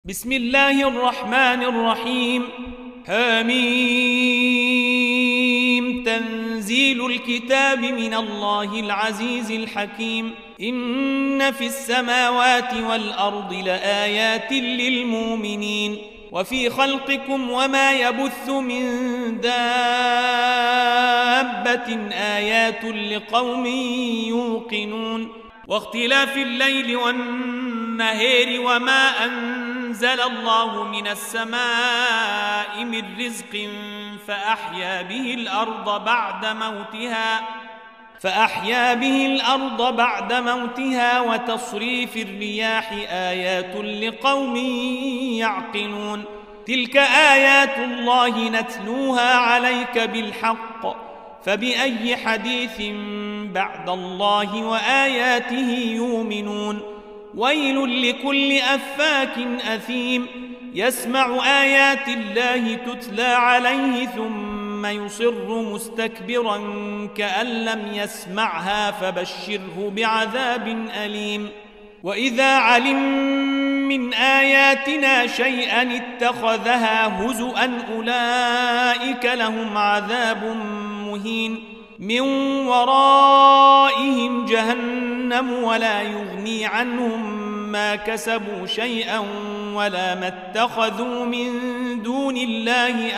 بسم الله الرحمن الرحيم. حميم. تنزيل الكتاب من الله العزيز الحكيم. إن في السماوات والأرض لآيات للمؤمنين وفي خلقكم وما يبث من دابة آيات لقوم يوقنون. واختلاف الليل والنهار وما أنزل الله من السماء من رزق فأحيا به الأرض بعد موتها وتصريف الرياح آيات لقوم يعقلون. تلك آيات الله نتلوها عليك بالحق فبأي حديث بعد الله وآياته يؤمنون. ويل لكل أفاك أثيم يسمع آيات الله تتلى عليه ثم يصر مستكبرا كأن لم يسمعها فبشره بعذاب أليم. وإذا علم من آياتنا شيئا اتخذها هزؤا أولئك لهم عذاب مهين من ورائهم جهنم ولا يغني عنهم ما كسبوا شيئا ولا ما اتخذوا من دون الله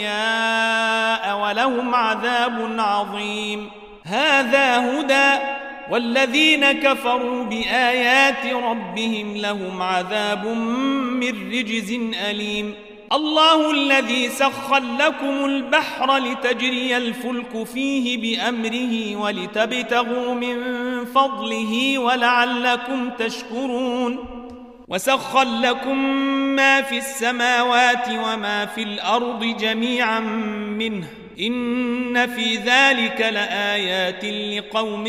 أولياء ولهم عذاب عظيم. هذا هدى والذين كفروا بآيات ربهم لهم عذاب من رجز أليم. الله الذي سخر لكم البحر لتجري الفلك فيه بأمره ولتبتغوا من فضله ولعلكم تشكرون. وسخر لكم ما في السماوات وما في الأرض جميعا منه إن في ذلك لآيات لقوم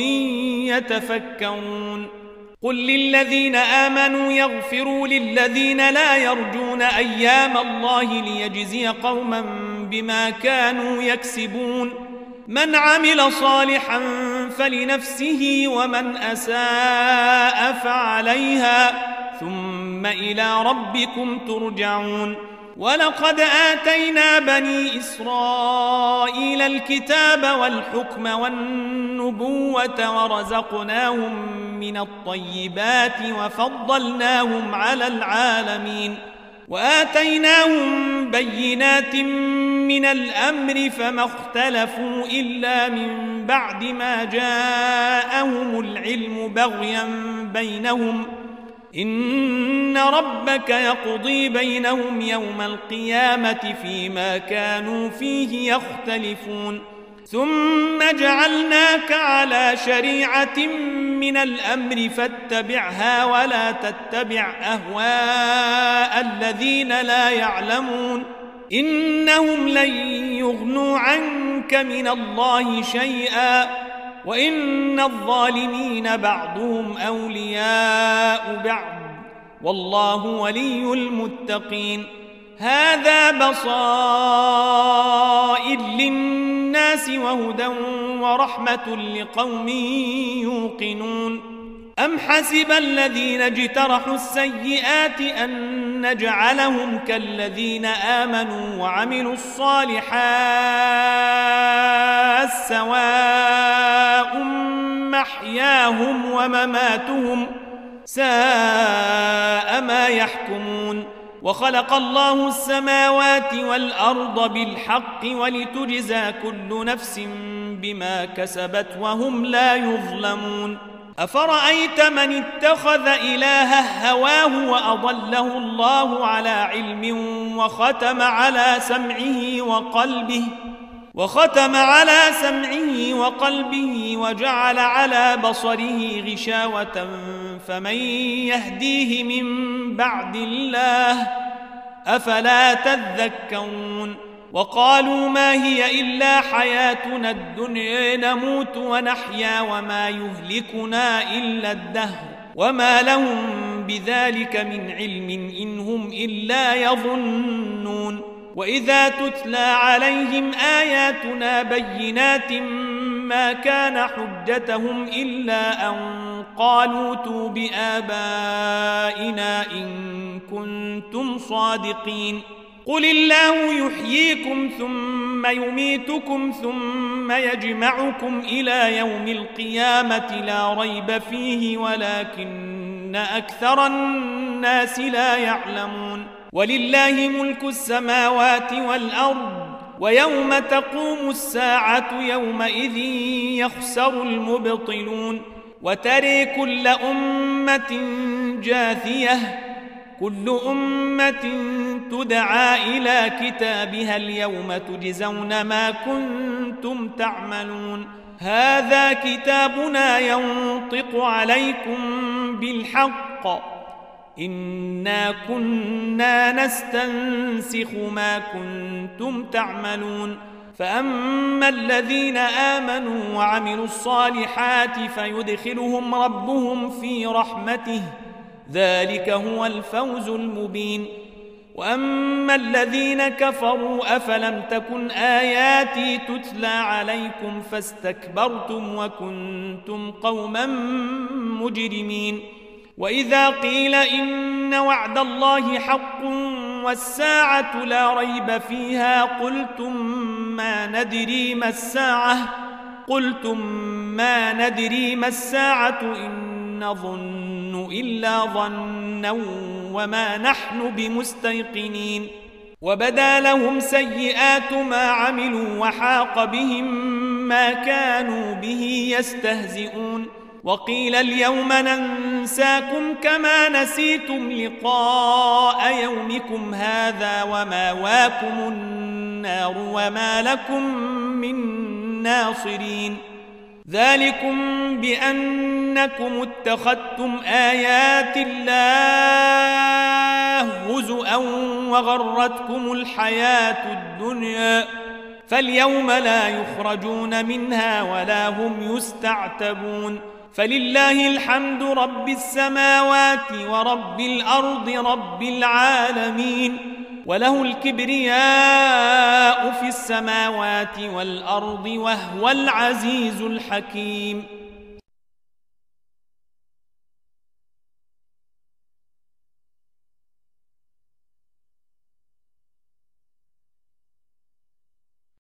يتفكرون. قل للذين آمنوا يغفروا للذين لا يرجون أيام الله ليجزي قوما بما كانوا يكسبون. من عمل صالحا فلنفسه ومن أساء فعليها ثم إلى ربكم ترجعون. ولقد آتينا بني إسرائيل الكتاب والحكم والنبوة ورزقناهم من الطيبات وفضلناهم على العالمين وآتيناهم بينات من الأمر فما اختلفوا إلا من بعد ما جاءهم العلم بغيا بينهم إن ربك يقضي بينهم يوم القيامة فيما كانوا فيه يختلفون. ثم جعلناك على شريعة من الأمر فاتبعها ولا تتبع أهواء الذين لا يعلمون إنهم لن يغنوا عنك من الله شيئا وإن الظالمين بعضهم أولياء بعض والله ولي المتقين. هذا بصائر للناس وهدى ورحمة لقوم يوقنون. أم حسب الذين اجترحوا السيئات أن نجعلهم كالذين آمنوا وعملوا الصالحات سواء محياهم ومماتهم ساء ما يحكمون. وخلق الله السماوات والأرض بالحق ولتجزى كل نفس بما كسبت وهم لا يظلمون. أفرأيت من اتخذ إلهه هواه وأضله الله على علم وختم على سمعه وقلبه وجعل على بصره غشاوة فمن يهديه من بعد الله أفلا تذكرون. وقالوا ما هي إلا حياتنا الدنيا نموت ونحيا وما يهلكنا إلا الدهر وما لهم بذلك من علم إن هم إلا يظنون. وإذا تتلى عليهم آياتنا بينات ما كان حجتهم إلا أن قالوا ائتوا بآبائنا إن كنتم صادقين قل الله يحييكم ثم يميتكم ثم يجمعكم إلى يوم القيامة لا ريب فيه ولكن أكثر الناس لا يعلمون ولله ملك السماوات والأرض ويوم تقوم الساعة يومئذ يخسر المبطلون وترى كل أمة جاثية كل أمة تدعى إلى كتابها اليوم تجزون ما كنتم تعملون هذا كتابنا ينطق عليكم بالحق إنا كنا نستنسخ ما كنتم تعملون فأما الذين آمنوا وعملوا الصالحات فيدخلهم ربهم في رحمته ذلك هو الفوز المبين وأما الذين كفروا أفلم تكن آياتي تتلى عليكم فاستكبرتم وكنتم قوما مجرمين وإذا قيل إن وعد الله حق والساعة لا ريب فيها قلتم ما ندري ما الساعة إن نظن إلا ظنا وما نحن بمستيقنين وبدا لهم سيئات ما عملوا وحاق بهم ما كانوا به يستهزئون وقيل اليوم ننساكم كما نسيتم لقاء يومكم هذا ومأواكم النار وما لكم من ناصرين ذلكم بأنكم اتخذتم آيات الله هزؤا وغرتكم الحياة الدنيا فاليوم لا يخرجون منها ولا هم يستعتبون فلله الحمد رب السماوات ورب الأرض رب العالمين وله الكبرياء في السماوات والأرض وهو العزيز الحكيم